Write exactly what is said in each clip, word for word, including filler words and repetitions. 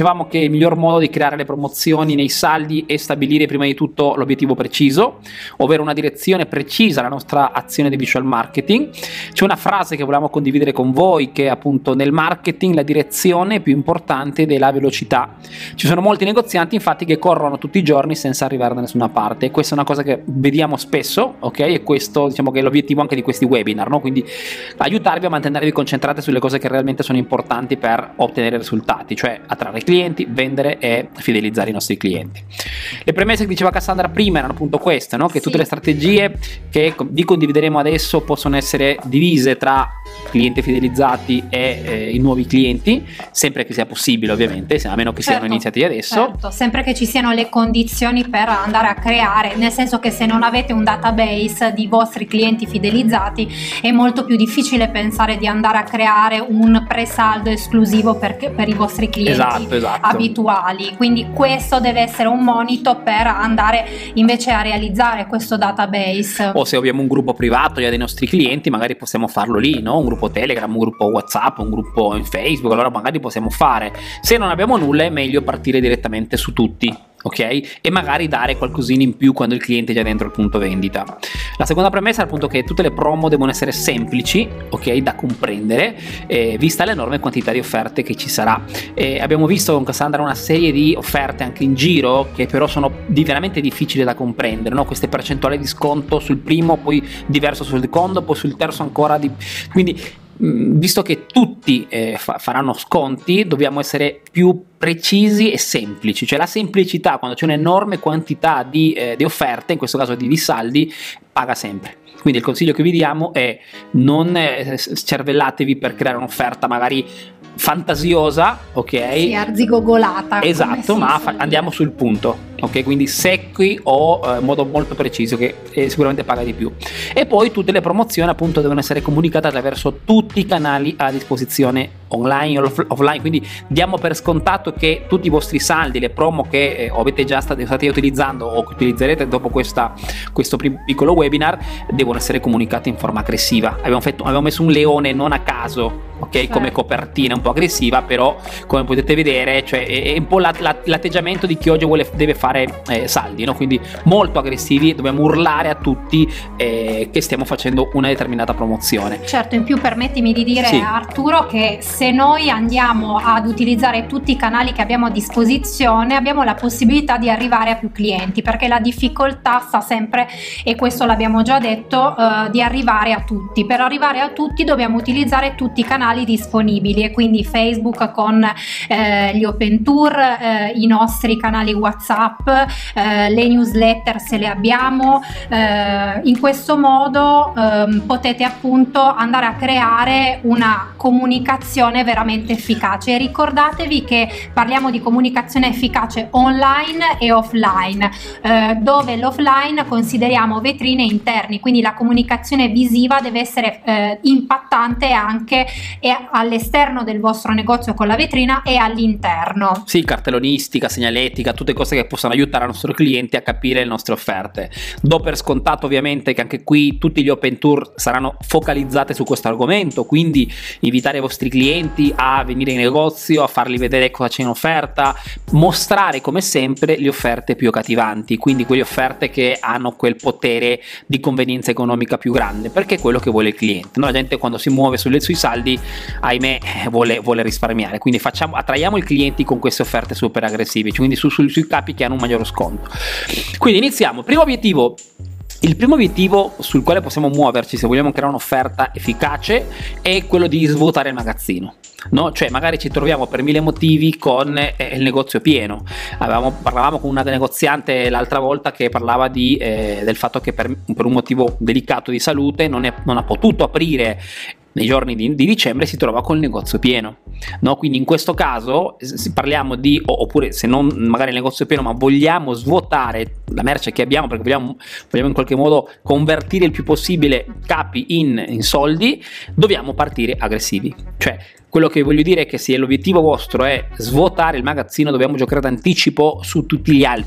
dicevamo che il miglior modo di creare le promozioni nei saldi è stabilire prima di tutto l'obiettivo preciso, ovvero una direzione precisa alla nostra azione di visual marketing. C'è una frase che volevamo condividere con voi, che appunto nel marketing la direzione più importante della velocità. Ci sono molti negozianti infatti che corrono tutti i giorni senza arrivare da nessuna parte, e questa è una cosa che vediamo spesso, ok? E questo diciamo che è l'obiettivo anche di questi webinar, no? Quindi aiutarvi a mantenervi concentrati sulle cose che realmente sono importanti per ottenere risultati, cioè attrarre clienti, vendere e fidelizzare i nostri clienti. Le premesse che diceva Cassandra prima erano appunto queste, no? Che sì. tutte le strategie che vi condivideremo adesso possono essere divise tra clienti fidelizzati e eh, i nuovi clienti, sempre che sia possibile ovviamente, a meno che certo, siano iniziati adesso. Certo, sempre che ci siano le condizioni per andare a creare, nel senso che se non avete un database di vostri clienti fidelizzati è molto più difficile pensare di andare a creare un pre-saldo esclusivo per, per i vostri clienti esatto, esatto. abituali, quindi questo deve essere un monito per andare invece a realizzare questo database. O se abbiamo un gruppo privato già dei nostri clienti, magari possiamo farlo lì, no? Un gruppo Telegram, un gruppo WhatsApp, un gruppo in Facebook, allora magari possiamo fare. Se non abbiamo nulla è meglio partire direttamente su tutti, ok? E magari dare qualcosina in più quando il cliente è già dentro il punto vendita. La seconda premessa è appunto che tutte le promo devono essere semplici, ok, da comprendere, eh, vista l'enorme quantità di offerte che ci sarà. Eh, abbiamo visto con Cassandra una serie di offerte anche in giro che però sono di veramente difficili da comprendere, no? Queste percentuali di sconto sul primo, poi diverso sul secondo, poi sul terzo ancora di... quindi visto che tutti eh, fa faranno sconti, dobbiamo essere più precisi e semplici, cioè la semplicità quando c'è un'enorme quantità di, eh, di offerte, in questo caso di, di saldi, paga sempre. Quindi il consiglio che vi diamo è non eh, cervellatevi per creare un'offerta magari fantasiosa, ok? Sì, arzigogolata. Esatto, ma andiamo sul punto, ok? Quindi secchi o in eh, modo molto preciso, che eh, sicuramente paga di più. E poi tutte le promozioni appunto devono essere comunicate attraverso tutti i canali a disposizione, online o off offline, quindi diamo per scontato che tutti i vostri saldi, le promo che eh, avete già state, state utilizzando o che utilizzerete dopo questa, questo piccolo webinar devono essere comunicate in forma aggressiva. Abbiamo, fatto, abbiamo messo un leone non a caso, ok, certo, come copertina un po' aggressiva, però come potete vedere, cioè, è, è un po' l'atteggiamento di chi oggi vuole, deve fare eh, saldi, no? Quindi molto aggressivi, dobbiamo urlare a tutti eh, che stiamo facendo una determinata promozione. Certo, in più permettimi di dire, sì, Arturo, che se noi andiamo ad utilizzare tutti i canali che abbiamo a disposizione abbiamo la possibilità di arrivare a più clienti, perché la difficoltà sta sempre, e questo l'abbiamo già detto, eh, di arrivare a tutti. Per arrivare a tutti dobbiamo utilizzare tutti i canali disponibili, e quindi Facebook con eh, gli open tour, eh, i nostri canali WhatsApp, eh, le newsletter se le abbiamo. Eh, in questo modo eh, potete appunto andare a creare una comunicazione veramente efficace, e ricordatevi che parliamo di comunicazione efficace online e offline, eh, dove l'offline consideriamo vetrine interni, quindi la comunicazione visiva deve essere eh, impattante anche all'esterno del vostro negozio con la vetrina e all'interno. Sì, cartellonistica, segnaletica, tutte cose che possono aiutare i nostri clienti a capire le nostre offerte. Do per scontato ovviamente che anche qui tutti gli open tour saranno focalizzati su questo argomento, quindi invitare i vostri clienti a venire in negozio, a farli vedere cosa c'è in offerta, mostrare come sempre le offerte più accattivanti, quindi quelle offerte che hanno quel potere di convenienza economica più grande, perché è quello che vuole il cliente, no? La gente quando si muove sulle, sui saldi, ahimè, vuole, vuole risparmiare, quindi facciamo, attraiamo i clienti con queste offerte super aggressive, quindi su, su, sui capi che hanno un maggiore sconto. Quindi iniziamo. Primo obiettivo. Il primo obiettivo sul quale possiamo muoverci se vogliamo creare un'offerta efficace è quello di svuotare il magazzino, no? Cioè magari ci troviamo per mille motivi con eh, il negozio pieno. Avevamo, parlavamo con una negoziante l'altra volta che parlava di, eh, del fatto che per, per un motivo delicato di salute non, è, non ha potuto aprire nei giorni di, di dicembre, si trova con il negozio pieno, no? Quindi in questo caso parliamo di, oppure se non magari il negozio pieno, ma vogliamo svuotare la merce che abbiamo perché vogliamo, vogliamo in qualche modo convertire il più possibile capi in, in soldi, dobbiamo partire aggressivi. Cioè quello che voglio dire è che se l'obiettivo vostro è svuotare il magazzino, dobbiamo giocare d'anticipo su tutti gli altri.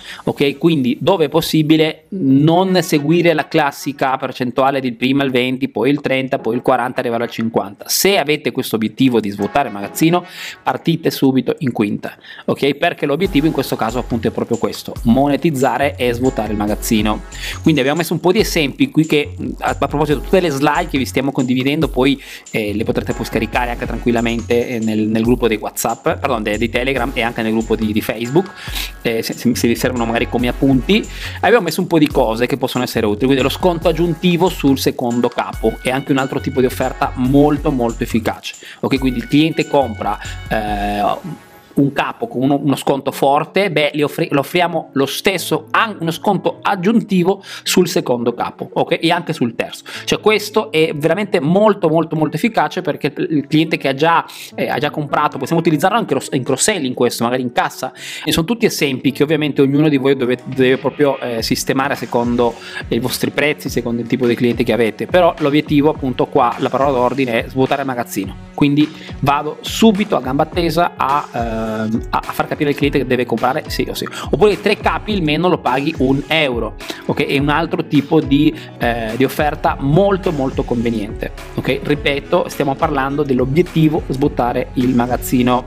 ok? Quindi dove è possibile non seguire la classica percentuale del prima il venti, poi il trenta, poi il quaranta, arrivare al cinquanta. Se avete questo obiettivo di svuotare il magazzino, partite subito in quinta, ok? Perché l'obiettivo in questo caso appunto è proprio questo: monetizzare e svuotare il magazzino. Quindi abbiamo messo un po' di esempi qui che, a, a proposito, tutte le slide che vi stiamo condividendo poi eh, le potrete poi scaricare anche tranquillamente nel, nel gruppo di WhatsApp, pardon, di Telegram, e anche nel gruppo di, di Facebook, eh, se, se vi servono magari come appunti. Abbiamo messo un po' di cose che possono essere utili, quindi lo sconto aggiuntivo sul secondo capo è anche un altro tipo di offerta molto molto efficace, ok? Quindi il cliente compra eh, un capo con uno, uno sconto forte, beh, gli offri, lo offriamo lo stesso, anche uno sconto aggiuntivo sul secondo capo, ok? E anche sul terzo. Cioè questo è veramente molto molto molto efficace, perché il cliente che ha già, eh, ha già comprato, possiamo utilizzarlo anche in cross-selling, questo magari in cassa. E sono tutti esempi che ovviamente ognuno di voi deve, deve proprio eh, sistemare secondo i vostri prezzi, secondo il tipo di cliente che avete, però l'obiettivo appunto qua, la parola d'ordine, è svuotare il magazzino. Quindi vado subito a gamba tesa a eh, a far capire al cliente che deve comprare sì o sì. Oppure tre capi almeno lo paghi un euro, ok? È un altro tipo di, eh, di offerta molto molto conveniente, ok? Ripeto, stiamo parlando dell'obiettivo svuotare il magazzino.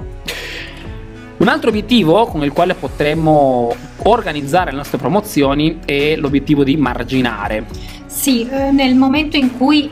Un altro obiettivo con il quale potremmo organizzare le nostre promozioni è l'obiettivo di marginare. Sì, eh, nel momento in cui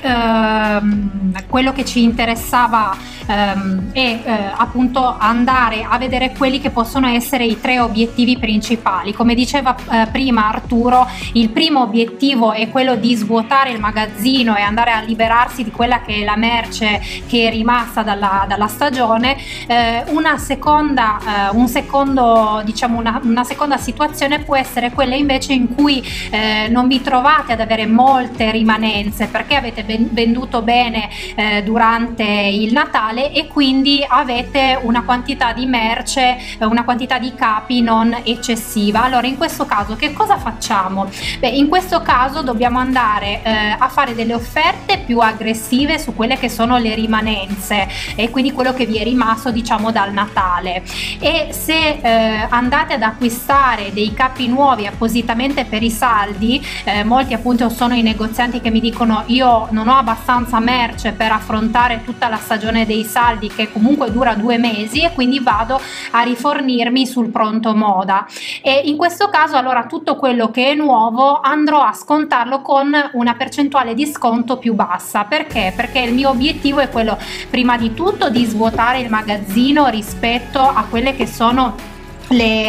ehm, quello che ci interessava ehm, è eh, appunto andare a vedere quelli che possono essere i tre obiettivi principali. Come diceva eh, prima Arturo, il primo obiettivo è quello di svuotare il magazzino e andare a liberarsi di quella che è la merce che è rimasta dalla, dalla stagione. Eh, una seconda, eh, un secondo, diciamo una, una seconda situazione può essere quella invece in cui eh, non vi trovate ad avere molte rimanenze perché avete venduto bene eh, durante il Natale e quindi avete una quantità di merce, una quantità di capi non eccessiva. Allora in questo caso che cosa facciamo? Beh, in questo caso dobbiamo andare eh, a fare delle offerte più aggressive su quelle che sono le rimanenze e quindi quello che vi è rimasto diciamo dal Natale. E se eh, andate ad acquistare dei capi nuovi appositamente per i saldi, eh, molti appunto sono i negozianti che mi dicono io non ho abbastanza merce per affrontare tutta la stagione dei saldi che comunque dura due mesi e quindi vado a rifornirmi sul pronto moda, e in questo caso allora tutto quello che è nuovo andrò a scontarlo con una percentuale di sconto più bassa. Perché? Perché il mio obiettivo è quello prima di tutto di svuotare il magazzino rispetto a quelle che sono Le,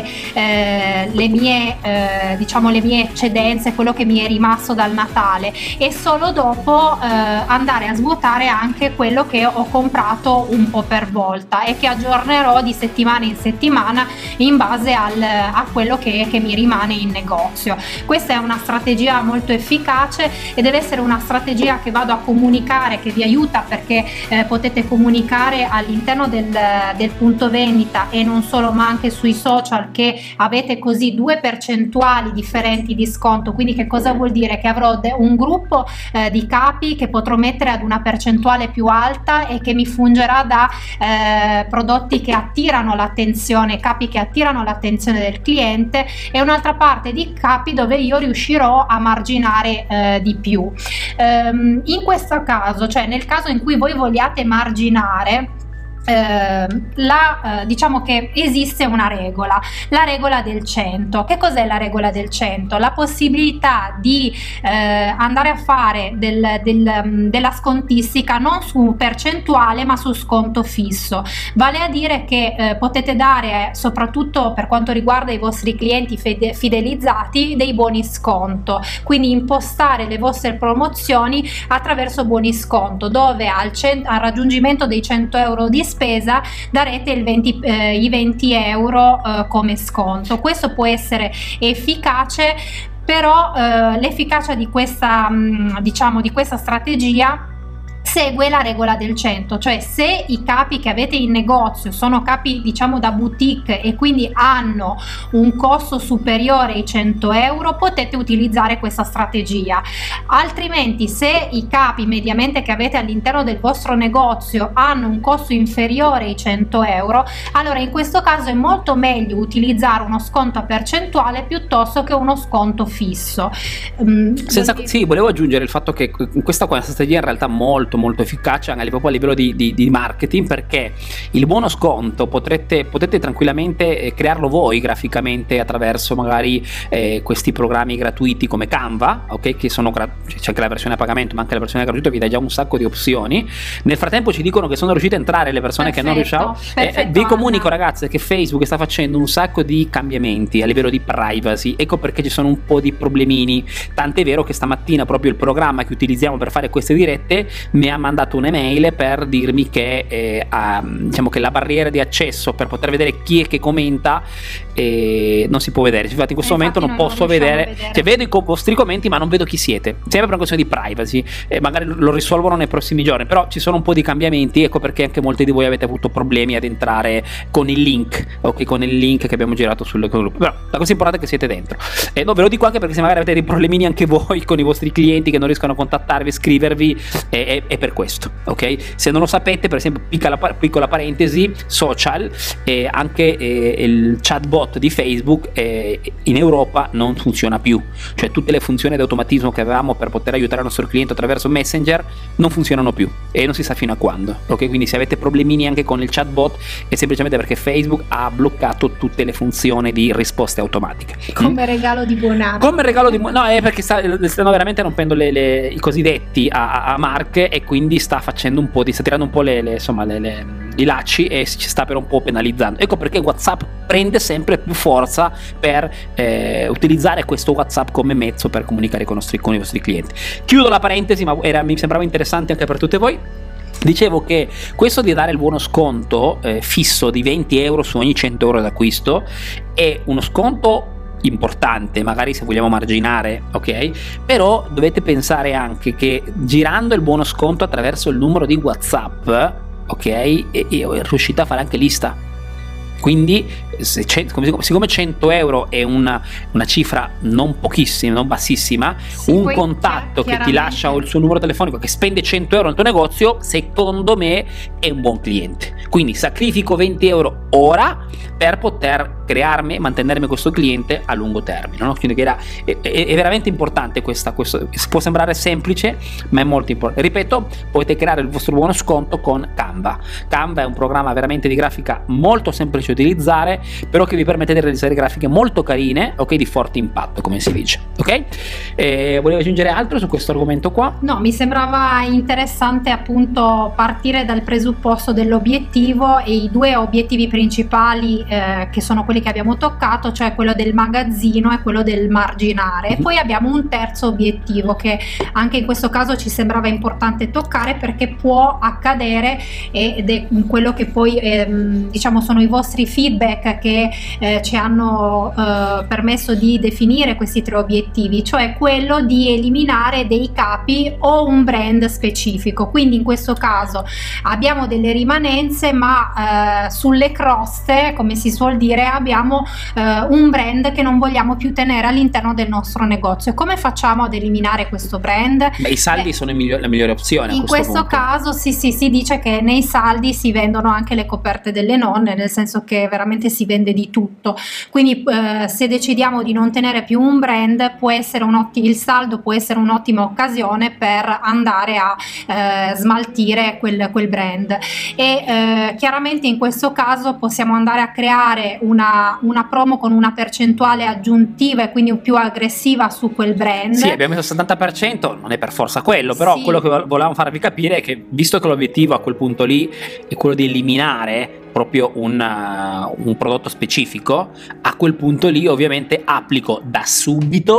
eh, le mie eh, diciamo le mie eccedenze, quello che mi è rimasto dal Natale, e solo dopo eh, andare a svuotare anche quello che ho comprato un po' per volta e che aggiornerò di settimana in settimana in base al, a quello che, che mi rimane in negozio. Questa è una strategia molto efficace e deve essere una strategia che vado a comunicare, che vi aiuta perché eh, potete comunicare all'interno del, del punto vendita e non solo, ma anche sui social, che avete così due percentuali differenti di sconto. Quindi che cosa vuol dire? Che avrò un gruppo eh, di capi che potrò mettere ad una percentuale più alta e che mi fungerà da eh, prodotti che attirano l'attenzione, capi che attirano l'attenzione del cliente, e un'altra parte di capi dove io riuscirò a marginare eh, di più. Ehm, in questo caso, cioè nel caso in cui voi vogliate marginare, Eh, la, eh, diciamo che esiste una regola, la regola del cento. Che cos'è la regola del cento? La possibilità di eh, andare a fare del, del, della scontistica non su percentuale ma su sconto fisso, vale a dire che eh, potete dare, soprattutto per quanto riguarda i vostri clienti fede, fidelizzati, dei buoni sconto, quindi impostare le vostre promozioni attraverso buoni sconto, dove al, al raggiungimento dei cento euro di spesa darete il venti, eh, i venti euro eh, come sconto. Questo può essere efficace, però eh, l'efficacia di questa, mh, diciamo, di questa strategia segue la regola del cento, cioè se i capi che avete in negozio sono capi diciamo da boutique e quindi hanno un costo superiore ai cento euro, potete utilizzare questa strategia. Altrimenti, se i capi mediamente che avete all'interno del vostro negozio hanno un costo inferiore ai cento euro, allora in questo caso è molto meglio utilizzare uno sconto a percentuale piuttosto che uno sconto fisso. Um, Senza, sì, volevo aggiungere il fatto che questa qua è una strategia in realtà molto molto efficace anche proprio a livello di, di, di marketing, perché il buono sconto potrete, potete tranquillamente crearlo voi graficamente attraverso magari eh, questi programmi gratuiti come Canva, ok, che sono c'è anche la versione a pagamento ma anche la versione gratuita vi dà già un sacco di opzioni. Nel frattempo ci dicono che sono riuscite a entrare le persone perfetto, che non riusciamo, eh, vi comunico ragazzi che Facebook sta facendo un sacco di cambiamenti a livello di privacy, ecco perché ci sono un po' di problemini, tant'è vero che stamattina proprio il programma che utilizziamo per fare queste dirette mi ha mandato un'email per dirmi che eh, ha, diciamo che la barriera di accesso per poter vedere chi è che commenta eh, non si può vedere. Infatti in questo eh, momento non posso non vedere, vedere. Cioè, vedo i vostri commenti ma non vedo chi siete, sempre per una questione di privacy, eh, magari lo risolvono nei prossimi giorni, però ci sono un po' di cambiamenti, ecco perché anche molti di voi avete avuto problemi ad entrare con il link, ok, con il link che abbiamo girato sul gruppo, però la cosa importante è che siete dentro. Eh, no, ve lo dico anche perché se magari avete dei problemini anche voi con i vostri clienti che non riescono a contattarvi, scrivervi, è, è, è per questo, ok? Se non lo sapete, per esempio, piccola, piccola parentesi, social, eh, anche eh, il chatbot di Facebook eh, in Europa non funziona più, cioè tutte le funzioni di automatismo che avevamo per poter aiutare il nostro cliente attraverso Messenger non funzionano più e non si sa fino a quando, ok? Quindi se avete problemini anche con il chatbot è semplicemente perché Facebook ha bloccato tutte le funzioni di risposte automatiche. Come regalo di buon anno. Come regalo di no, è perché sta, stanno veramente rompendo le, le, i cosiddetti a, a, a Mark e quindi sta facendo un po' di sta tirando un po' le, le insomma le, le, i lacci e ci sta per un po' penalizzando. Ecco perché WhatsApp prende sempre più forza per eh, utilizzare questo WhatsApp come mezzo per comunicare con i nostri, con i vostri clienti. Chiudo la parentesi, ma era, mi sembrava interessante anche per tutte voi. Dicevo che questo di dare il buono sconto eh, fisso di venti euro su ogni cento euro d'acquisto è uno sconto importante, magari se vogliamo marginare, ok? Però dovete pensare anche che girando il buono sconto attraverso il numero di WhatsApp, ok, e, e riuscite a fare anche lista. Quindi se siccome cento euro è una, una cifra non pochissima, non bassissima, sì, un contatto che ti lascia o il suo numero telefonico che spende cento euro nel tuo negozio, secondo me è un buon cliente. Quindi sacrifico venti euro ora per poter crearmi e mantenermi questo cliente a lungo termine, no? Quindi era, è, è veramente importante questa, questo può sembrare semplice ma è molto importante. Ripeto, potete creare il vostro buono sconto con Canva. Canva è un programma veramente di grafica molto semplice da utilizzare, però che vi permette di realizzare grafiche molto carine, ok, di forte impatto come si dice, ok? Eh, volevo aggiungere altro su questo argomento qua? No, mi sembrava interessante appunto partire dal presupposto dell'obiettivo e i due obiettivi principali eh, che sono quelli che abbiamo toccato, cioè quello del magazzino e quello del marginare. Mm-hmm. Poi abbiamo un terzo obiettivo che anche in questo caso ci sembrava importante toccare perché può accadere ed è quello che poi ehm, diciamo sono i vostri feedback che eh, ci hanno eh, permesso di definire questi tre obiettivi, cioè quello di eliminare dei capi o un brand specifico. Quindi in questo caso abbiamo delle rimanenze, ma eh, sulle croste, come si suol dire, abbiamo eh, un brand che non vogliamo più tenere all'interno del nostro negozio. Come facciamo ad eliminare questo brand? Beh, i saldi Beh, sono il miglior, la migliore opzione. In questo, questo caso sì, sì, si dice che nei saldi si vendono anche le coperte delle nonne, nel senso che veramente si vende di tutto. Quindi eh, se decidiamo di non tenere più un brand, può essere un ottimo, il saldo può essere un'ottima occasione per andare a eh, smaltire quel, quel brand. E eh, chiaramente in questo caso possiamo andare a creare una, una promo con una percentuale aggiuntiva e quindi più aggressiva su quel brand. Sì, abbiamo messo il settanta per cento, non è per forza quello, però sì, quello che volevamo farvi capire è che visto che l'obiettivo a quel punto lì è quello di eliminare proprio un, uh, un prodotto specifico, a quel punto lì ovviamente applico da subito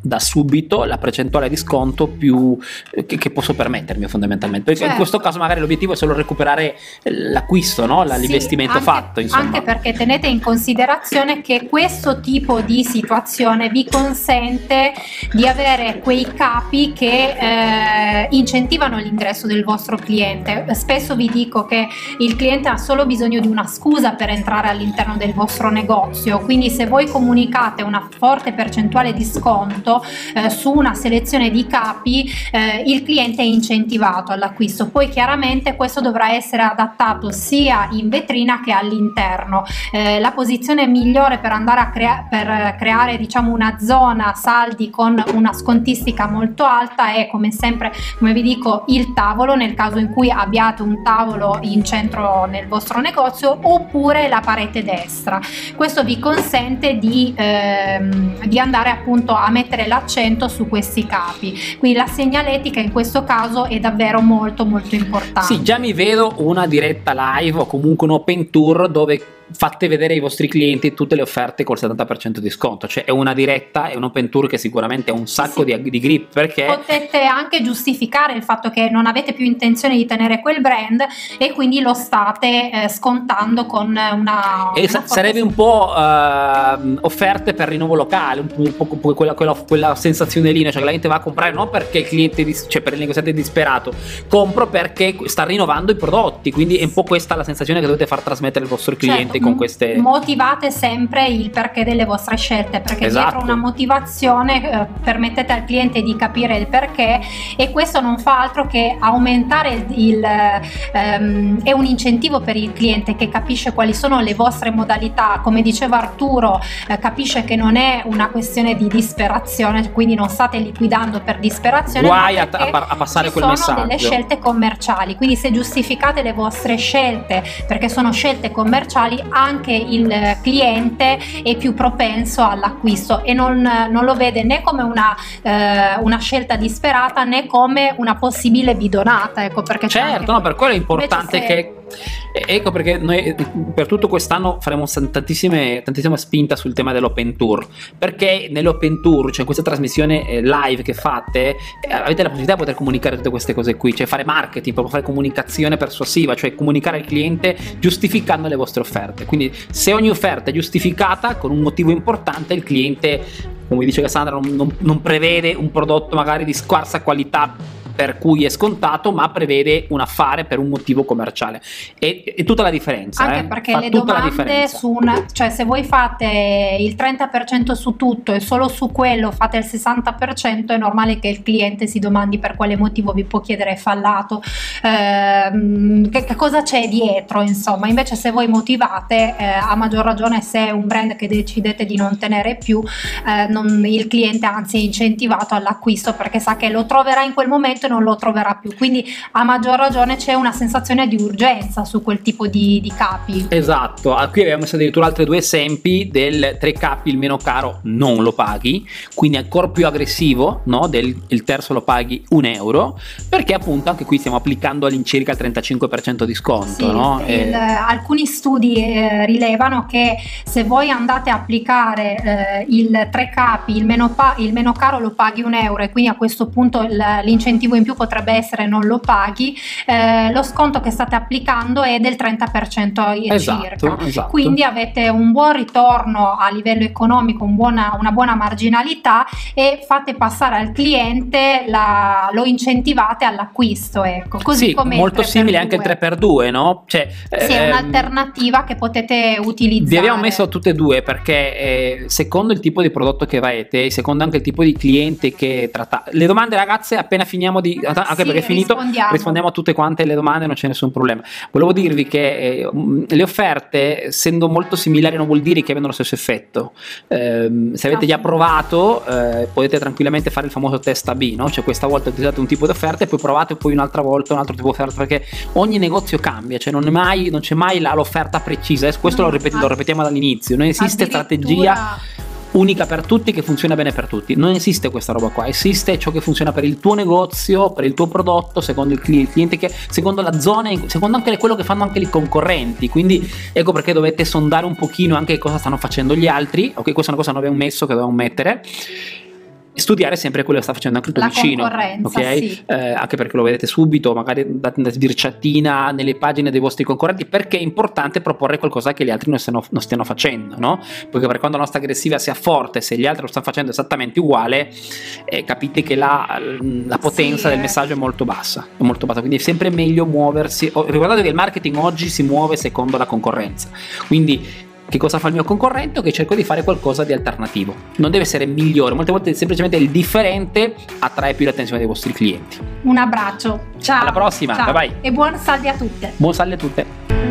da subito la percentuale di sconto più che, che posso permettermi fondamentalmente, perché certo. in questo caso magari l'obiettivo è solo recuperare l'acquisto, no? L'investimento sì, fatto, insomma. Anche perché tenete in considerazione che questo tipo di situazione vi consente di avere quei capi che eh, incentivano l'ingresso del vostro cliente. Spesso vi dico che il cliente ha solo bisogno di una scusa per entrare all'interno del vostro negozio, quindi se voi comunicate una forte percentuale di sconto Eh, su una selezione di capi, eh, il cliente è incentivato all'acquisto. Poi chiaramente questo dovrà essere adattato sia in vetrina che all'interno. Eh, la posizione migliore per andare a crea- per creare diciamo una zona saldi con una scontistica molto alta è, come sempre, come vi dico, il tavolo, nel caso in cui abbiate un tavolo in centro nel vostro negozio, oppure la parete destra. Questo vi consente di, ehm, di andare appunto a mettere l'accento su questi capi, quindi la segnaletica in questo caso è davvero molto molto importante. Sì, già mi vedo una diretta live o comunque un open tour dove fate vedere ai vostri clienti tutte le offerte col settanta per cento di sconto, cioè è una diretta, è un open tour che sicuramente ha un sacco sì. di, di grip, perché potete anche giustificare il fatto che non avete più intenzione di tenere quel brand e quindi lo state eh, scontando con una, e una sarebbe un po' uh, offerte per rinnovo locale, un po', un po' quella, quella, quella sensazione lì, cioè che la gente va a comprare non perché il cliente, cioè per il negoziante è disperato, compro perché sta rinnovando i prodotti, quindi è un po' questa la sensazione che dovete far trasmettere al vostro cliente. Certo. Con queste... motivate sempre il perché delle vostre scelte, perché esatto. dietro una motivazione eh, permettete al cliente di capire il perché, e questo non fa altro che aumentare il, il ehm, è un incentivo per il cliente che capisce quali sono le vostre modalità. Come diceva Arturo, eh, capisce che non è una questione di disperazione, quindi non state liquidando per disperazione, guai ma a, a, a passare ci quel sono messaggio. delle scelte commerciali, quindi se giustificate le vostre scelte perché sono scelte commerciali, anche il cliente è più propenso all'acquisto e non, non lo vede né come una, eh, una scelta disperata né come una possibile bidonata, ecco, perché certo, no, per quello è importante se... che ecco perché noi per tutto quest'anno faremo tantissime, tantissima spinta sul tema dell'open tour, perché nell'open tour, cioè in questa trasmissione eh, live che fate, eh, avete la possibilità di poter comunicare tutte queste cose qui, cioè fare marketing, proprio fare comunicazione persuasiva, cioè comunicare al cliente giustificando le vostre offerte. Quindi se ogni offerta è giustificata con un motivo importante, il cliente, come dice Cassandra, non, non, non prevede un prodotto magari di scarsa qualità per cui è scontato, ma prevede un affare per un motivo commerciale, e, e tutta la differenza, anche eh? perché Fa le tutta domande su una, cioè se voi fate il trenta per cento su tutto e solo su quello fate il sessanta per cento, è normale che il cliente si domandi per quale motivo vi può chiedere fallato, ehm, che, che cosa c'è dietro, insomma. Invece se voi motivate, eh, a maggior ragione se è un brand che decidete di non tenere più, eh, non, il cliente anzi è incentivato all'acquisto perché sa che lo troverà in quel momento e non lo troverà più, quindi a maggior ragione c'è una sensazione di urgenza su quel tipo di, di capi. Esatto, qui abbiamo messo addirittura altri due esempi del tre capi il meno caro non lo paghi, quindi ancora più aggressivo, no? Del il terzo lo paghi un euro, perché appunto anche qui stiamo applicando all'incirca il trentacinque per cento di sconto, sì, no? il, e... alcuni studi eh, rilevano che se voi andate a applicare eh, il tre capi il meno, pa- il meno caro lo paghi un euro, e quindi a questo punto l'incentivo in più potrebbe essere non lo paghi, eh, lo sconto che state applicando è del trenta per cento esatto, circa, esatto. Quindi avete un buon ritorno a livello economico, un buona, una buona marginalità, e fate passare al cliente la, lo incentivate all'acquisto, ecco. Così sì, come molto simile anche il tre per due, no? Cioè, sì, è ehm, un'alternativa che potete utilizzare. Vi abbiamo messo tutte e due perché eh, secondo il tipo di prodotto che avete, secondo anche il tipo di cliente che trattate. Le domande, ragazze, appena finiamo di, anche sì, perché è finito, rispondiamo. rispondiamo a tutte quante le domande, non c'è nessun problema. Volevo dirvi che eh, le offerte, essendo molto similari, non vuol dire che abbiano lo stesso effetto. Eh, se avete già provato, eh, potete tranquillamente fare il famoso test A B, no? Cioè questa volta utilizzate un tipo di offerta e poi provate poi un'altra volta un altro tipo di offerta, perché ogni negozio cambia, cioè non, è mai, non c'è mai la, l'offerta precisa. Eh, questo no, lo, ripet- lo ripetiamo dall'inizio, non esiste strategia unica per tutti che funziona bene per tutti, non esiste questa roba qua, esiste ciò che funziona per il tuo negozio, per il tuo prodotto, secondo il cliente, che secondo la zona, secondo anche quello che fanno anche i concorrenti. Quindi ecco perché dovete sondare un pochino anche cosa stanno facendo gli altri. Ok, questa è una cosa che non abbiamo messo, che dovevamo mettere. studiare sempre quello che sta facendo anche il tuo la vicino, concorrenza, ok? sì. Eh, anche perché lo vedete subito, magari date una sbirciatina nelle pagine dei vostri concorrenti, perché è importante proporre qualcosa che gli altri non stiano, non stiano facendo, no? Perché per quando la nostra aggressiva sia forte, se gli altri lo stanno facendo esattamente uguale, eh, capite che la, la potenza Sì, del eh. messaggio è molto bassa, è molto bassa, quindi è sempre meglio muoversi. Oh, ricordate che il marketing oggi si muove secondo la concorrenza, quindi che cosa fa il mio concorrente? Che cerco di fare qualcosa di alternativo. Non deve essere migliore, molte volte semplicemente il differente attrae più l'attenzione dei vostri clienti. Un abbraccio, ciao. Alla prossima, ciao. bye bye. E buon salve a tutte. Buon salve a tutte.